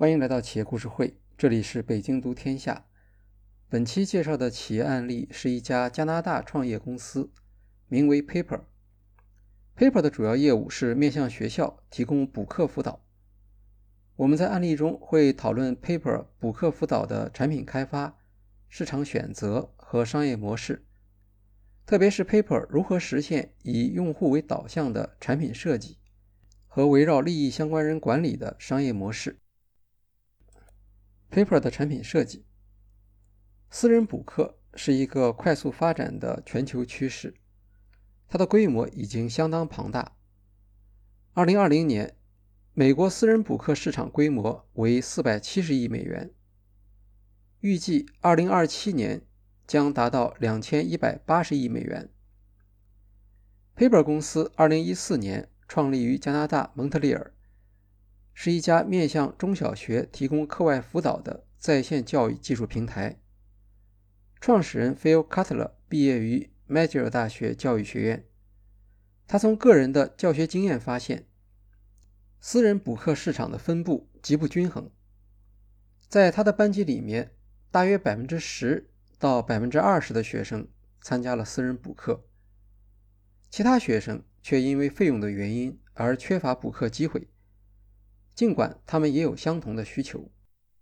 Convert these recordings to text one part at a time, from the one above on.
欢迎来到企业故事会，这里是北京读天下。本期介绍的企业案例是一家加拿大创业公司，名为 Paper。Paper 的主要业务是面向学校提供补课辅导。我们在案例中会讨论 Paper 补课辅导的产品开发、市场选择和商业模式，特别是 Paper 如何实现以用户为导向的产品设计和围绕利益相关人管理的商业模式。Paper 的产品设计。私人补课是一个快速发展的全球趋势，它的规模已经相当庞大。2020年，美国私人补课市场规模为470亿美元，预计2027年将达到2180亿美元。Paper 公司2014年创立于加拿大蒙特利尔，是一家面向中小学提供课外辅导的在线教育技术平台。创始人 Phil Cutler 毕业于 McGill 大学教育学院。他从个人的教学经验发现，私人补课市场的分布极不均衡。在他的班级里面，大约 10% 到 20% 的学生参加了私人补课，其他学生却因为费用的原因而缺乏补课机会，尽管他们也有相同的需求。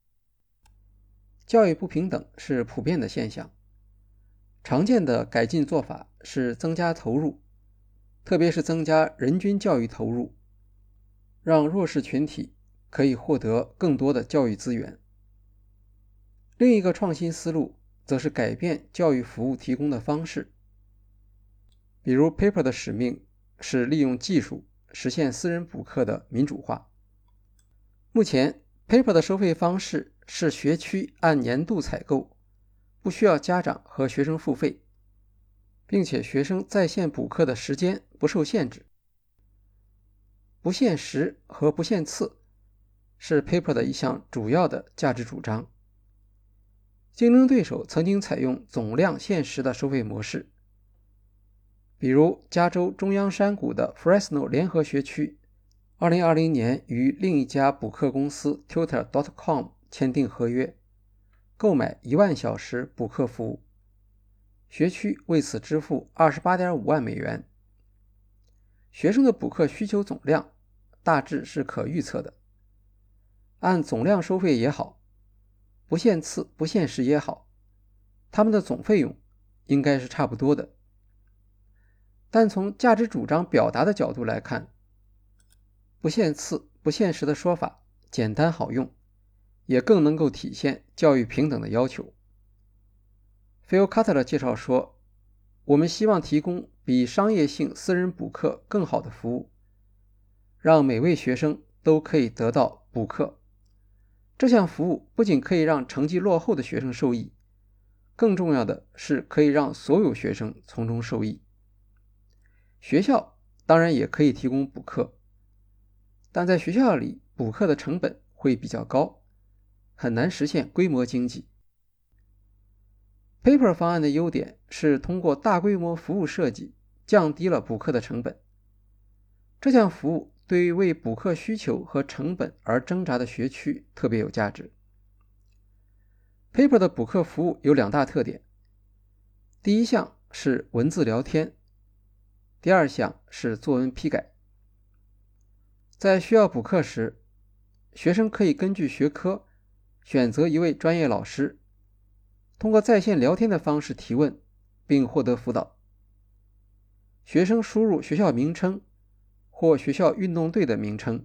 教育不平等是普遍的现象，常见的改进做法是增加投入，特别是增加人均教育投入，让弱势群体可以获得更多的教育资源。另一个创新思路则是改变教育服务提供的方式，比如 Paper 的使命是利用技术实现私人补课的民主化。目前 Paper 的收费方式是学区按年度采购，不需要家长和学生付费，并且学生在线补课的时间不受限制。不限时和不限次是 Paper 的一项主要的价值主张。竞争对手曾经采用总量限时的收费模式，比如加州中央山谷的 Fresno 联合学区2020年与另一家补课公司 Tutor.com 签订合约，购买1万小时补课服务，学区为此支付 28.5 万美元。学生的补课需求总量大致是可预测的，按总量收费也好，不限次不限时也好，他们的总费用应该是差不多的。但从价值主张表达的角度来看，不限次不限时的说法简单好用，也更能够体现教育平等的要求。Phil Cutler 介绍说，我们希望提供比商业性私人补课更好的服务，让每位学生都可以得到补课。这项服务不仅可以让成绩落后的学生受益，更重要的是可以让所有学生从中受益。学校当然也可以提供补课，但在学校里补课的成本会比较高，很难实现规模经济。Paper 方案的优点是通过大规模服务设计降低了补课的成本。这项服务对于为补课需求和成本而挣扎的学区特别有价值。Paper 的补课服务有2大特点，第一项是文字聊天，第二项是作文批改。在需要补课时，学生可以根据学科选择一位专业老师，通过在线聊天的方式提问，并获得辅导。学生输入学校名称或学校运动队的名称，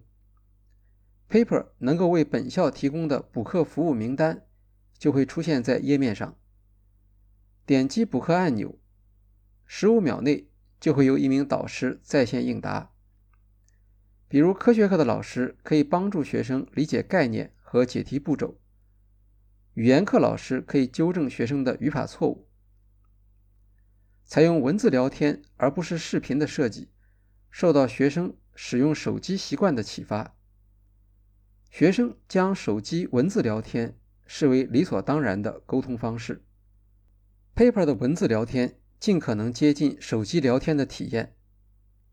Paper 能够为本校提供的补课服务名单就会出现在页面上。点击补课按钮，15秒内就会有一名导师在线应答。比如科学课的老师可以帮助学生理解概念和解题步骤，语言课老师可以纠正学生的语法错误。采用文字聊天而不是视频的设计，受到学生使用手机习惯的启发。学生将手机文字聊天视为理所当然的沟通方式。Paper 的文字聊天尽可能接近手机聊天的体验。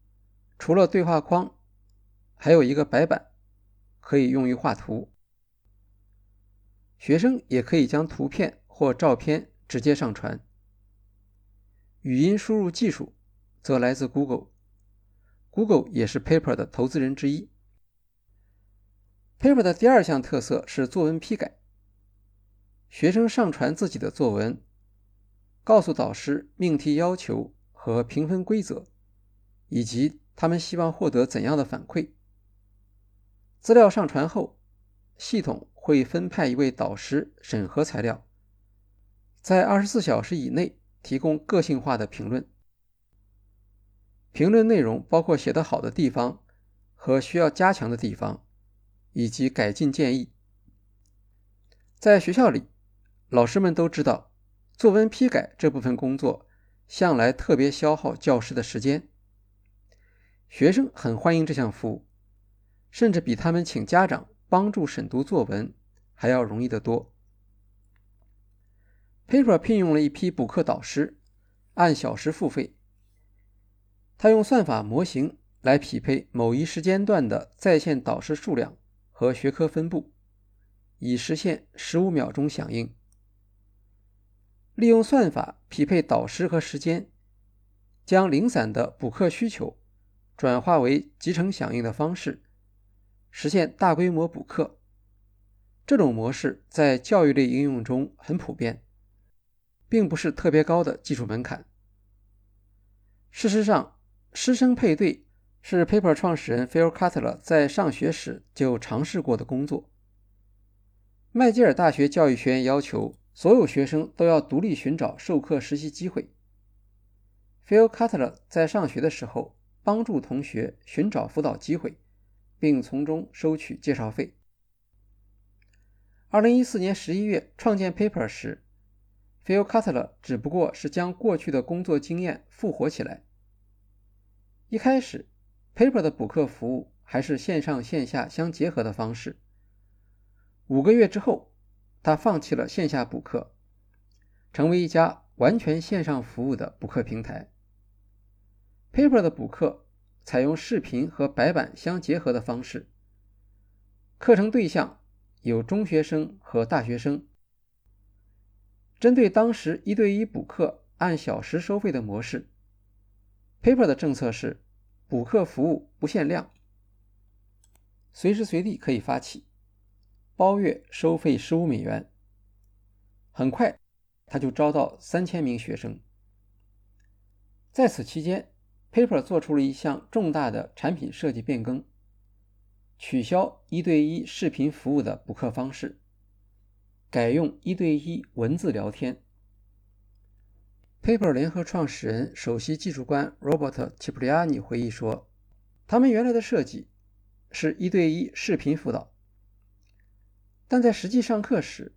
除了对话框，还有一个白板，可以用于画图。 学生也可以将图片或照片直接上传。语音输入技术则来自 Google 也是 Paper 的投资人之一。Paper 的第二项特色是作文批改。学生上传自己的作文，告诉导师命题要求和评分规则，以及他们希望获得怎样的反馈。资料上传后，系统会分派一位导师审核材料，在24小时以内提供个性化的评论。评论内容包括写得好的地方和需要加强的地方，以及改进建议。在学校里，老师们都知道，作文批改这部分工作向来特别消耗教师的时间。学生很欢迎这项服务，甚至比他们请家长帮助审读作文还要容易得多。Paper 聘用了一批补课导师，按小时付费。他用算法模型来匹配某一时间段的在线导师数量和学科分布，以实现15秒钟响应。利用算法匹配导师和时间，将零散的补课需求转化为集成响应的方式，实现大规模补课。这种模式在教育类应用中很普遍，并不是特别高的技术门槛。事实上，师生配对是 Paper 创始人 Phil Cutler 在上学时就尝试过的工作。麦吉尔大学教育学院要求所有学生都要独立寻找授课实习机会。Phil Cutler 在上学的时候帮助同学寻找辅导机会，并从中收取介绍费。2014年11月创建 Paper 时， Phil Cutler 只不过是将过去的工作经验复活起来。一开始 Paper 的补课服务还是线上线下相结合的方式。5个月之后，他放弃了线下补课，成为一家完全线上服务的补课平台。Paper 的补课采用视频和白板相结合的方式，课程对象有中学生和大学生。针对当时1对1补课按小时收费的模式， Paper 的政策是补课服务不限量，随时随地可以发起，包月收费15美元。很快他就招到3000名学生。在此期间， Paper 做出了一项重大的产品设计变更，取消1对1视频服务的补课方式，改用1对1文字聊天。Paper 联合创始人、首席技术官 Robert Cipriani 回忆说，他们原来的设计是1对1视频辅导，但在实际上课时，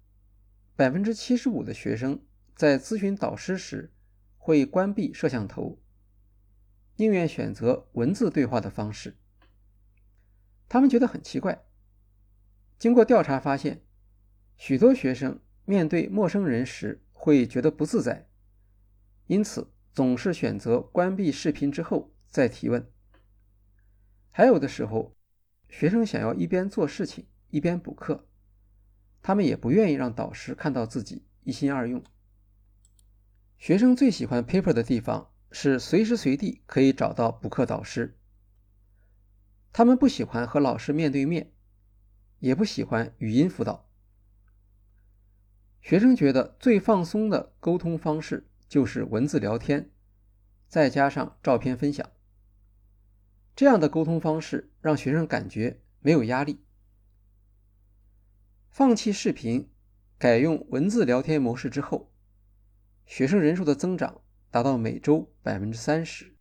75% 的学生在咨询导师时会关闭摄像头，宁愿选择文字对话的方式。他们觉得很奇怪。经过调查发现，许多学生面对陌生人时会觉得不自在，因此总是选择关闭视频之后再提问。还有的时候，学生想要一边做事情一边补课，他们也不愿意让导师看到自己一心二用。学生最喜欢 Paper 的地方是随时随地可以找到补课导师。他们不喜欢和老师面对面，也不喜欢语音辅导。学生觉得最放松的沟通方式就是文字聊天，再加上照片分享。这样的沟通方式让学生感觉没有压力。放弃视频，改用文字聊天模式之后，学生人数的增长达到每周 30%。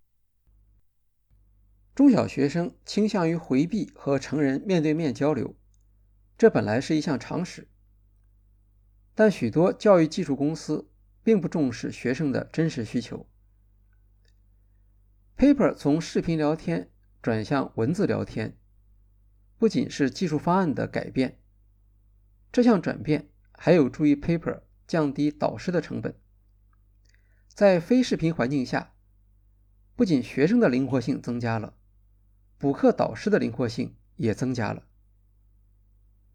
中小学生倾向于回避和成人面对面交流，这本来是一项常识。但许多教育技术公司并不重视学生的真实需求。Paper 从视频聊天转向文字聊天，不仅是技术方案的改变，这项转变还有助于 Paper 降低导师的成本。在非视频环境下，不仅学生的灵活性增加了，补课导师的灵活性也增加了。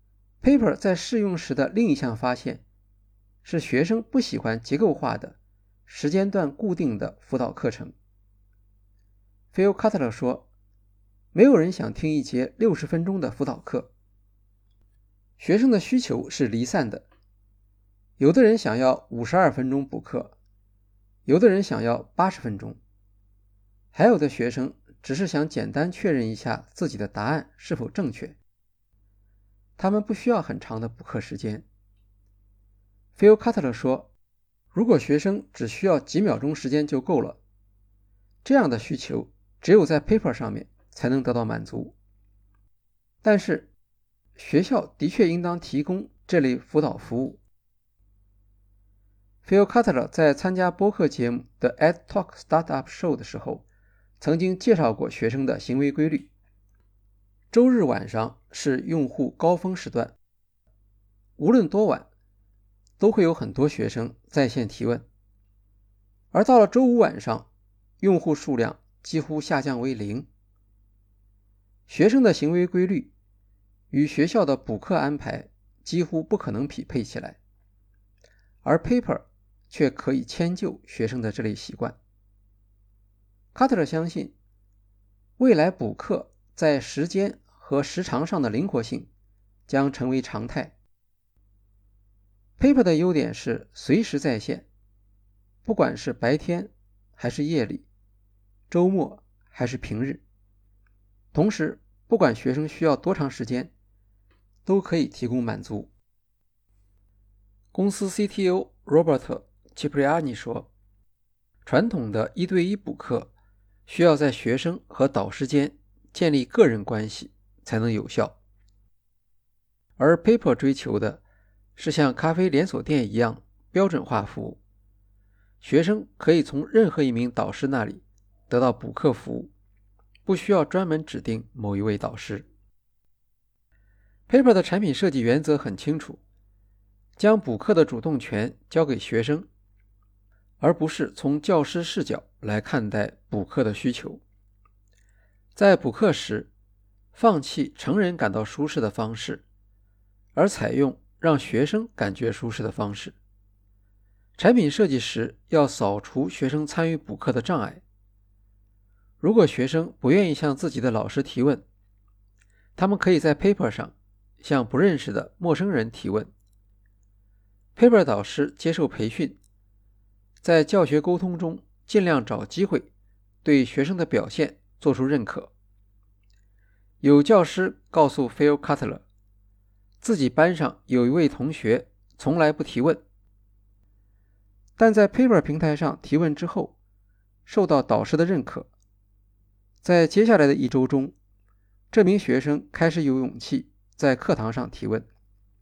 Paper 在试用时的另一项发现是学生不喜欢结构化的、时间段固定的辅导课程。Phil Cutler 说，没有人想听一节60分钟的辅导课。学生的需求是离散的，有的人想要52分钟补课，有的人想要80分钟，还有的学生只是想简单确认一下自己的答案是否正确。他们不需要很长的补课时间。Phil Cutler 说，如果学生只需要几秒钟时间就够了，这样的需求只有在 Paper 上面才能得到满足。但是学校的确应当提供这类辅导服务。Phil Cutler 在参加播客节目 The EdTalk Startup Show 的时候，曾经介绍过学生的行为规律。周日晚上是用户高峰时段，无论多晚，都会有很多学生在线提问。而到了周五晚上，用户数量几乎下降为0。学生的行为规律与学校的补课安排几乎不可能匹配起来，而 Paper 却可以迁就学生的这类习惯。Cutler 相信，未来补课在时间和时长上的灵活性将成为常态。Paper 的优点是随时在线，不管是白天还是夜里，周末还是平日。同时，不管学生需要多长时间，都可以提供满足。公司 CTO Robert Cipriani 说，传统的1对1补课需要在学生和导师间建立个人关系才能有效，而 Paper 追求的是像咖啡连锁店一样标准化服务，学生可以从任何一名导师那里得到补课服务，不需要专门指定某一位导师。Paper 的产品设计原则很清楚，将补课的主动权交给学生，而不是从教师视角来看待补课的需求。在补课时，放弃成人感到舒适的方式，而采用让学生感觉舒适的方式。产品设计时要扫除学生参与补课的障碍。如果学生不愿意向自己的老师提问，他们可以在 Paper 上向不认识的陌生人提问。Paper 导师接受培训，在教学沟通中尽量找机会对学生的表现做出认可。有教师告诉 Phil Cutler， 自己班上有一位同学从来不提问，但在 Paper 平台上提问之后，受到导师的认可。在接下来的1周中，这名学生开始有勇气在课堂上提问。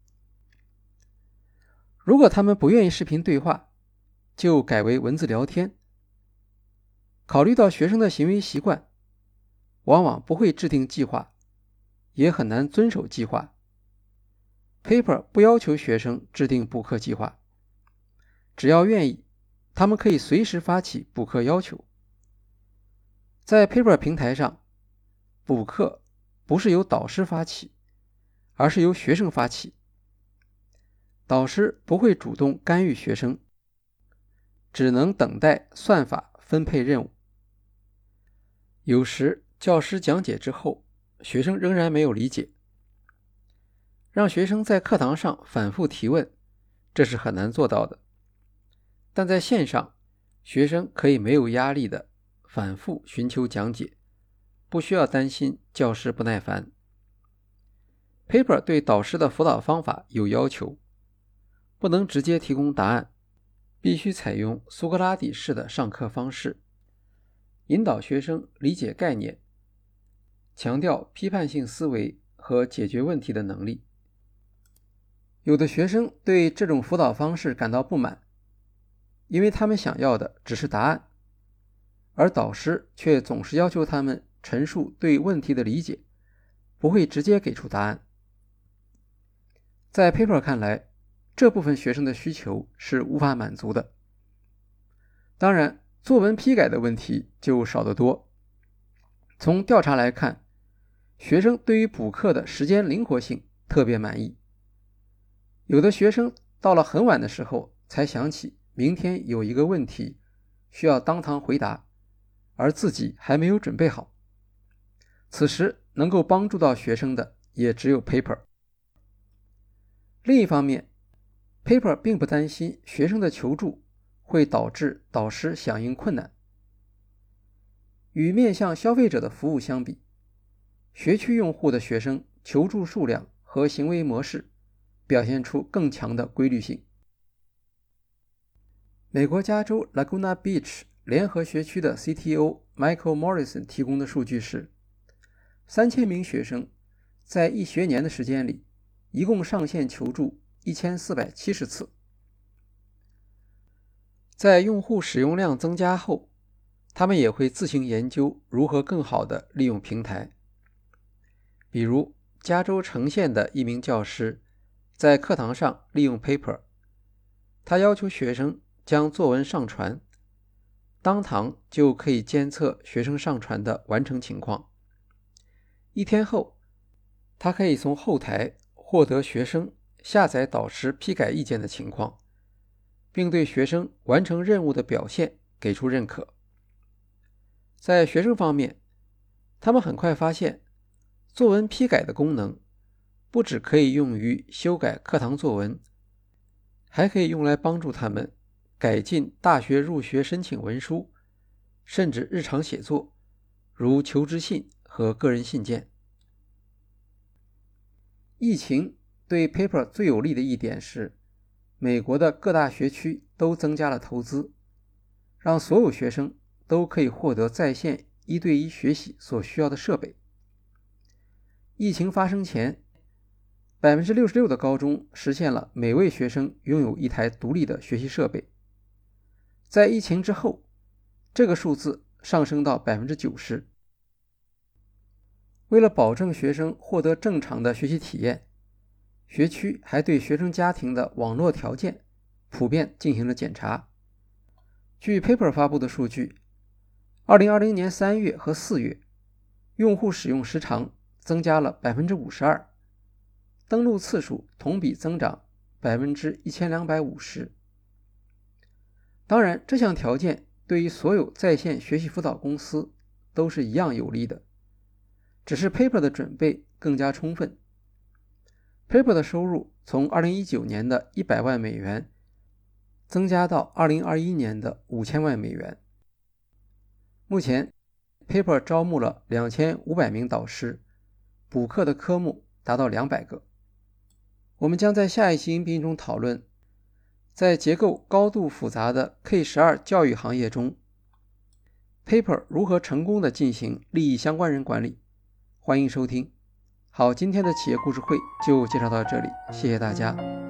如果他们不愿意视频对话，就改为文字聊天。考虑到学生的行为习惯，往往不会制定计划，也很难遵守计划。Paper 不要求学生制定补课计划，只要愿意，他们可以随时发起补课要求。在 Paper 平台上，补课不是由导师发起，而是由学生发起。导师不会主动干预学生，只能等待算法分配任务。有时教师讲解之后，学生仍然没有理解。让学生在课堂上反复提问，这是很难做到的。但在线上，学生可以没有压力的反复寻求讲解，不需要担心教师不耐烦。Paper 对导师的辅导方法有要求，不能直接提供答案，必须采用苏格拉底式的上课方式，引导学生理解概念，强调批判性思维和解决问题的能力。有的学生对这种辅导方式感到不满，因为他们想要的只是答案，而导师却总是要求他们陈述对问题的理解，不会直接给出答案。在 Paper 看来，这部分学生的需求是无法满足的。当然，作文批改的问题就少得多。从调查来看，学生对于补课的时间灵活性特别满意， 有的学生到了很晚的时候才想起明天有一个问题需要当堂回答，而自己还没有准备好。此时能够帮助到学生的也只有 Paper。 另一方面， Paper 并不担心学生的求助会导致导师响应困难。与面向消费者的服务相比，学区用户的学生求助数量和行为模式表现出更强的规律性。美国加州 Laguna Beach 联合学区的 CTO Michael Morrison 提供的数据是，3000名学生在一学年的时间里一共上线求助1470次。在用户使用量增加后，他们也会自行研究如何更好地利用平台。比如加州城县的一名教师在课堂上利用 Paper， 他要求学生将作文上传，当堂就可以监测学生上传的完成情况。一天后，他可以从后台获得学生下载导师批改意见的情况，并对学生完成任务的表现给出认可。在学生方面，他们很快发现作文批改的功能不只可以用于修改课堂作文，还可以用来帮助他们改进大学入学申请文书，甚至日常写作，如求职信和个人信件。疫情对 Paper 最有利的一点是，美国的各大学区都增加了投资，让所有学生都可以获得在线1对1学习所需要的设备。疫情发生前， 66% 的高中实现了每位学生拥有一台独立的学习设备。在疫情之后，这个数字上升到 90%。 为了保证学生获得正常的学习体验，学区还对学生家庭的网络条件普遍进行了检查。据 Paper 发布的数据，2020年3月和4月，用户使用时长增加了 52%， 登录次数同比增长 1250%。 当然，这项条件对于所有在线学习辅导公司都是一样有利的，只是 Paper 的准备更加充分。 Paper 的收入从2019年的100万美元增加到2021年的5000万美元。目前 Paper 招募了2500名导师，补课的科目达到200个。我们将在下一期音频中讨论，在结构高度复杂的 K12 教育行业中， Paper 如何成功地进行利益相关人管理。欢迎收听。好，今天的企业故事会就介绍到这里，谢谢大家。